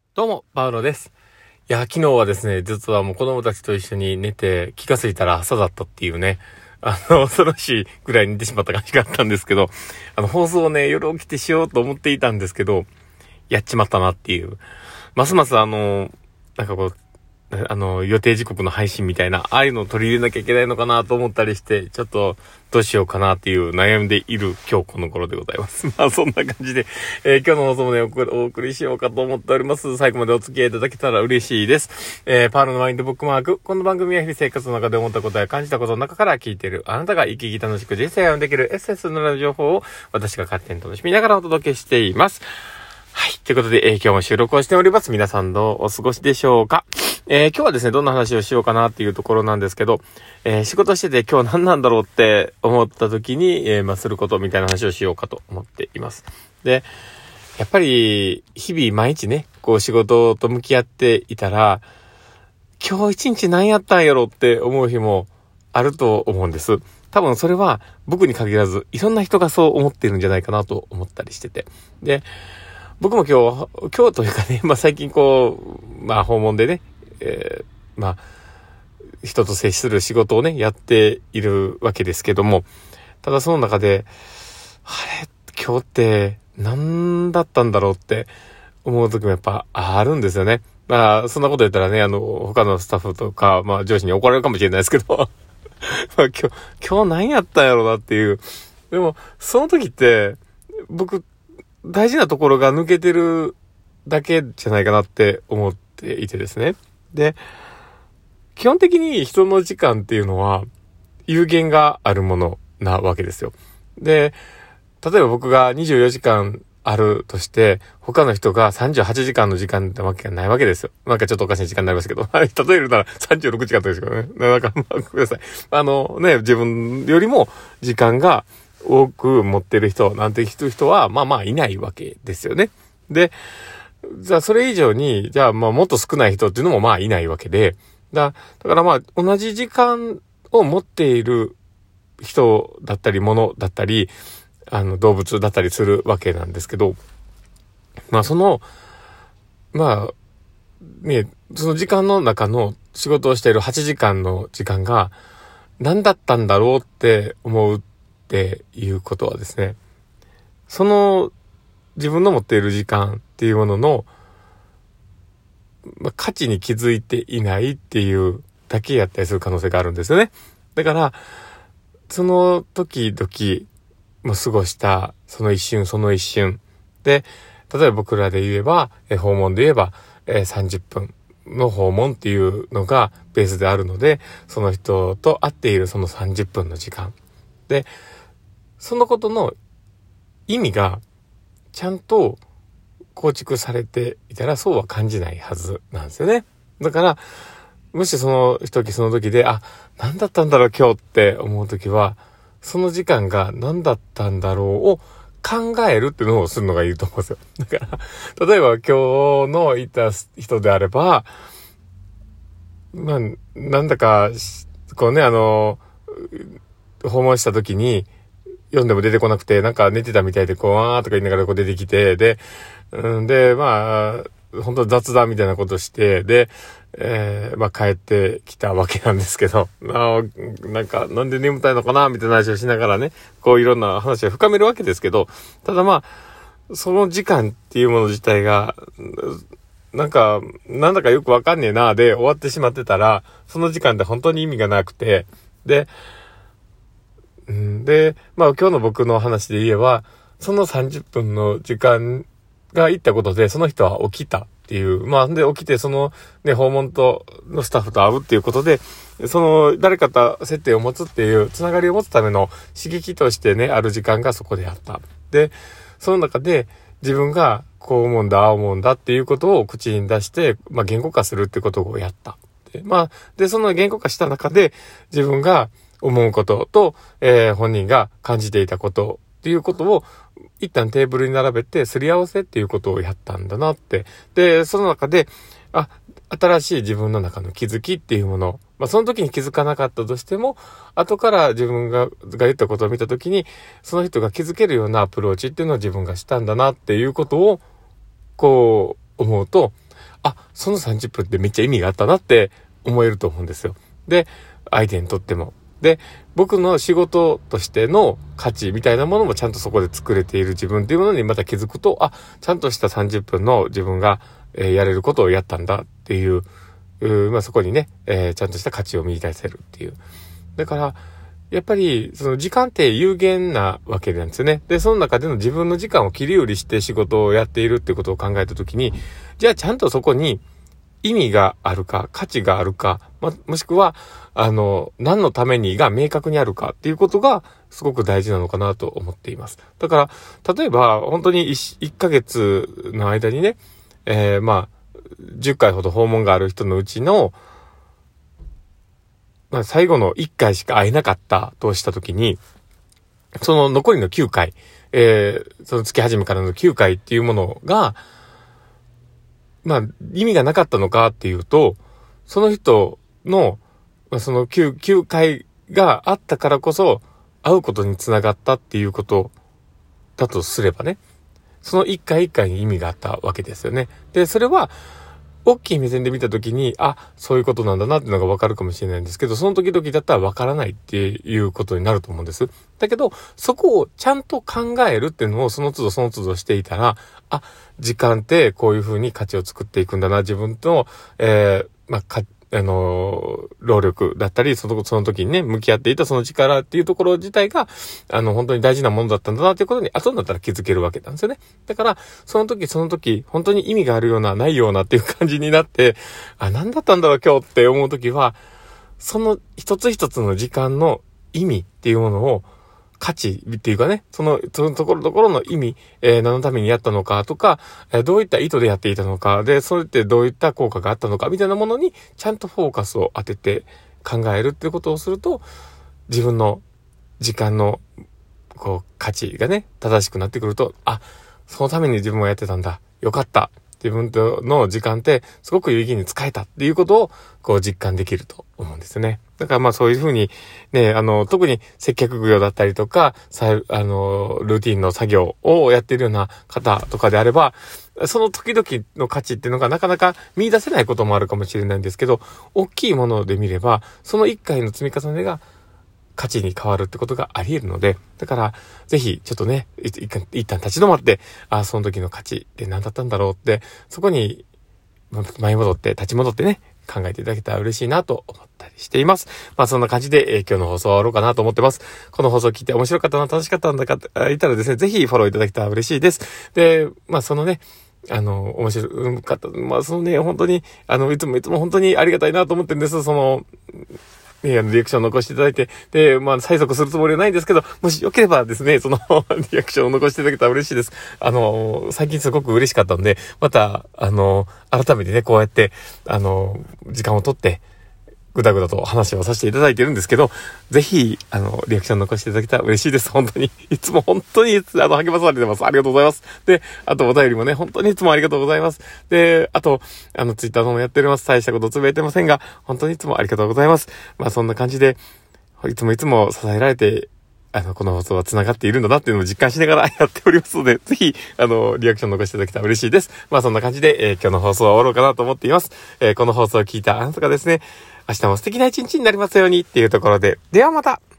どうも、パウロです。いや、昨日はですね、実はもう子供たちと一緒に寝て、気がついたら朝だったっていうね、恐ろしいぐらいに寝てしまった感じがあったんですけど、放送をね、夜起きてしようと思っていたんですけど、やっちまったなっていう。ますますなんかこう、予定時刻の配信みたいな、ああいうのを取り入れなきゃいけないのかなと思ったりして、ちょっとどうしようかなっていう悩んでいる今日この頃でございます。まあそんな感じで、今日の放送もね、お送りしようかと思っております。最後までお付き合いいただけたら嬉しいです。パールのマインドブックマーク。この番組は日々生活の中で思ったことや感じたことの中から聞いているあなたが生き生き楽しく人生ができるエッセンスの情報を私が勝手に楽しみながらお届けしています。はい。ということで、今日も収録をしております。皆さんどうお過ごしでしょうか？今日はですね、どんな話をしようかなっていうところなんですけど、仕事してて今日何なんだろうって思った時に、することみたいな話をしようかと思っています。で、やっぱり、日々毎日ね、こう仕事と向き合っていたら、今日一日何やったんやろって思う日もあると思うんです。多分それは僕に限らず、いろんな人がそう思ってるんじゃないかなと思ったりしてて。で、僕も今日というかね、最近こう、訪問でね、人と接する仕事をね、やっているわけですけども、ただその中で、今日って何だったんだろうって思う時もやっぱあるんですよね。そんなこと言ったらね、他のスタッフとか、上司に怒られるかもしれないですけど、今日何やったんやろうなっていう。でも、その時って、僕、大事なところが抜けてるだけじゃないかなって思っていてですね。で、基本的に人の時間っていうのは有限があるものなわけですよ。で、例えば僕が24時間あるとして、他の人が38時間の時間ってわけがないわけですよ。なんかちょっとおかしい時間になりますけど、例えるなら36時間とですけどね。なんか、ごめんなさい。自分よりも時間が多く持ってる人なんて人はいないわけですよね。で、じゃあそれ以上に、もっと少ない人っていうのもいないわけで、だから同じ時間を持っている人だったり物だったり、動物だったりするわけなんですけど、その時間の中の仕事をしている8時間の時間が何だったんだろうって思うっていうことはですね、その自分の持っている時間っていうものの、価値に気づいていないっていうだけやったりする可能性があるんですよね。だから、その時々過ごしたその一瞬で、例えば僕らで言えば、訪問で言えば、30分の訪問っていうのがベースであるので、その人と会っているその30分の時間で、そのことの意味がちゃんと構築されていたらそうは感じないはずなんですよね。だから、もしその時で、何だったんだろう今日って思う時は、その時間が何だったんだろうを考えるっていうのをするのがいいと思うんですよ。だから、例えば今日のいた人であれば、なんだか、こうね、訪問した時に、読んでも出てこなくて、なんか寝てたみたいで、わーとか言いながら出てきて、で、本当雑談みたいなことして、で、帰ってきたわけなんですけど、なんで眠たいのかなみたいな話をしながらね、いろんな話を深めるわけですけど、ただその時間っていうもの自体が、なんだかよくわかんねえなで終わってしまってたら、その時間って本当に意味がなくて、で、今日の僕の話で言えば、その30分の時間が行ったことで、その人は起きたっていう。で起きて、そのね、訪問のスタッフと会うっていうことで、その誰かと接点を持つっていう、つながりを持つための刺激としてね、ある時間がそこであった。で、その中で自分がこう思うんだ、ああ思うんだっていうことを口に出して、言語化するってことをやった。で、その言語化した中で、自分が思うことと、本人が感じていたことっていうことを一旦テーブルに並べてすり合わせっていうことをやったんだなって。で、その中で、新しい自分の中の気づきっていうもの、その時に気づかなかったとしても、後から自分が言ったことを見た時に、その人が気づけるようなアプローチっていうのを自分がしたんだなっていうことを、思うと、 その30分ってめっちゃ意味があったなって思えると思うんですよ。で、相手にとっても。で、僕の仕事としての価値みたいなものもちゃんとそこで作れている自分っていうものにまた気づくと、ちゃんとした30分の自分が、やれることをやったんだっていう、そこにね、ちゃんとした価値を見出せるっていう。だから、やっぱり、その時間って有限なわけなんですよね。で、その中での自分の時間を切り売りして仕事をやっているっていうことを考えたときに、じゃあちゃんとそこに意味があるか、価値があるか、もしくは、何のためにが明確にあるかっていうことがすごく大事なのかなと思っています。だから、例えば、本当に1ヶ月の間にね、10回ほど訪問がある人のうちの、最後の1回しか会えなかったとしたときに、その残りの9回、その月始めからの9回っていうものが、意味がなかったのかっていうと、その人の、その9回があったからこそ、会うことにつながったっていうことだとすればね、その1回1回に意味があったわけですよね。で、それは、大きい目線で見たときに、そういうことなんだなっていうのがわかるかもしれないんですけど、その時々だったらわからないっていうことになると思うんです。だけど、そこをちゃんと考えるっていうのをその都度その都度していたら、時間ってこういうふうに価値を作っていくんだな、自分と、労力だったり、その時にね、向き合っていたその力っていうところ自体が、本当に大事なものだったんだなっていうことに、後になったら気づけるわけなんですよね。だから、その時、本当に意味があるような、ないようなっていう感じになって、何だったんだろう今日って思う時は、その一つ一つの時間の意味っていうものを、価値っていうかね、そのところの意味、何のためにやったのかとか、どういった意図でやっていたのか、で、それってどういった効果があったのかみたいなものにちゃんとフォーカスを当てて考えるっていうことをすると、自分の時間の価値がね、正しくなってくると、そのために自分はやってたんだ。よかった。自分との時間ってすごく有意義に使えたっていうことを実感できると思うんですね。だからそういうふうにね、特に接客業だったりとか、ルーティンの作業をやっているような方とかであれば、その時々の価値っていうのがなかなか見出せないこともあるかもしれないんですけど、大きいもので見れば、その1回の積み重ねが価値に変わるってことがあり得るので、だからぜひちょっとね、一旦立ち止まって、その時の価値って何だったんだろうって、そこに立ち戻ってね、考えていただけたら嬉しいなと思ったりしています。そんな感じで、今日の放送は終わろうかなと思ってます。この放送聞いて面白かったな、楽しかったんだか、いたらですね、ぜひフォローいただけたら嬉しいです。で、そのね、面白かった。本当に、いつも本当にありがたいなと思ってるんです。リアクションを残していただいて、で、催促するつもりはないんですけど、もしよければですね、リアクションを残していただけたら嬉しいです。最近すごく嬉しかったんで、また、改めてね、こうやって、時間をとって、ぐだぐだと話をさせていただいてるんですけど、ぜひ、リアクション残していただけたら嬉しいです。本当に。いつも本当に、励まされてます。ありがとうございます。で、あとお便りもね、本当にいつもありがとうございます。で、あと、ツイッターのもやっております。大したことつぶやいてませんが、本当にいつもありがとうございます。そんな感じで、いつも支えられて、この放送は繋がっているんだなっていうのを実感しながらやっておりますので、ぜひ、リアクション残していただけたら嬉しいです。そんな感じで、今日の放送は終わろうかなと思っています。この放送を聞いたあなたがですね、明日も素敵な一日になりますようにっていうところで、ではまた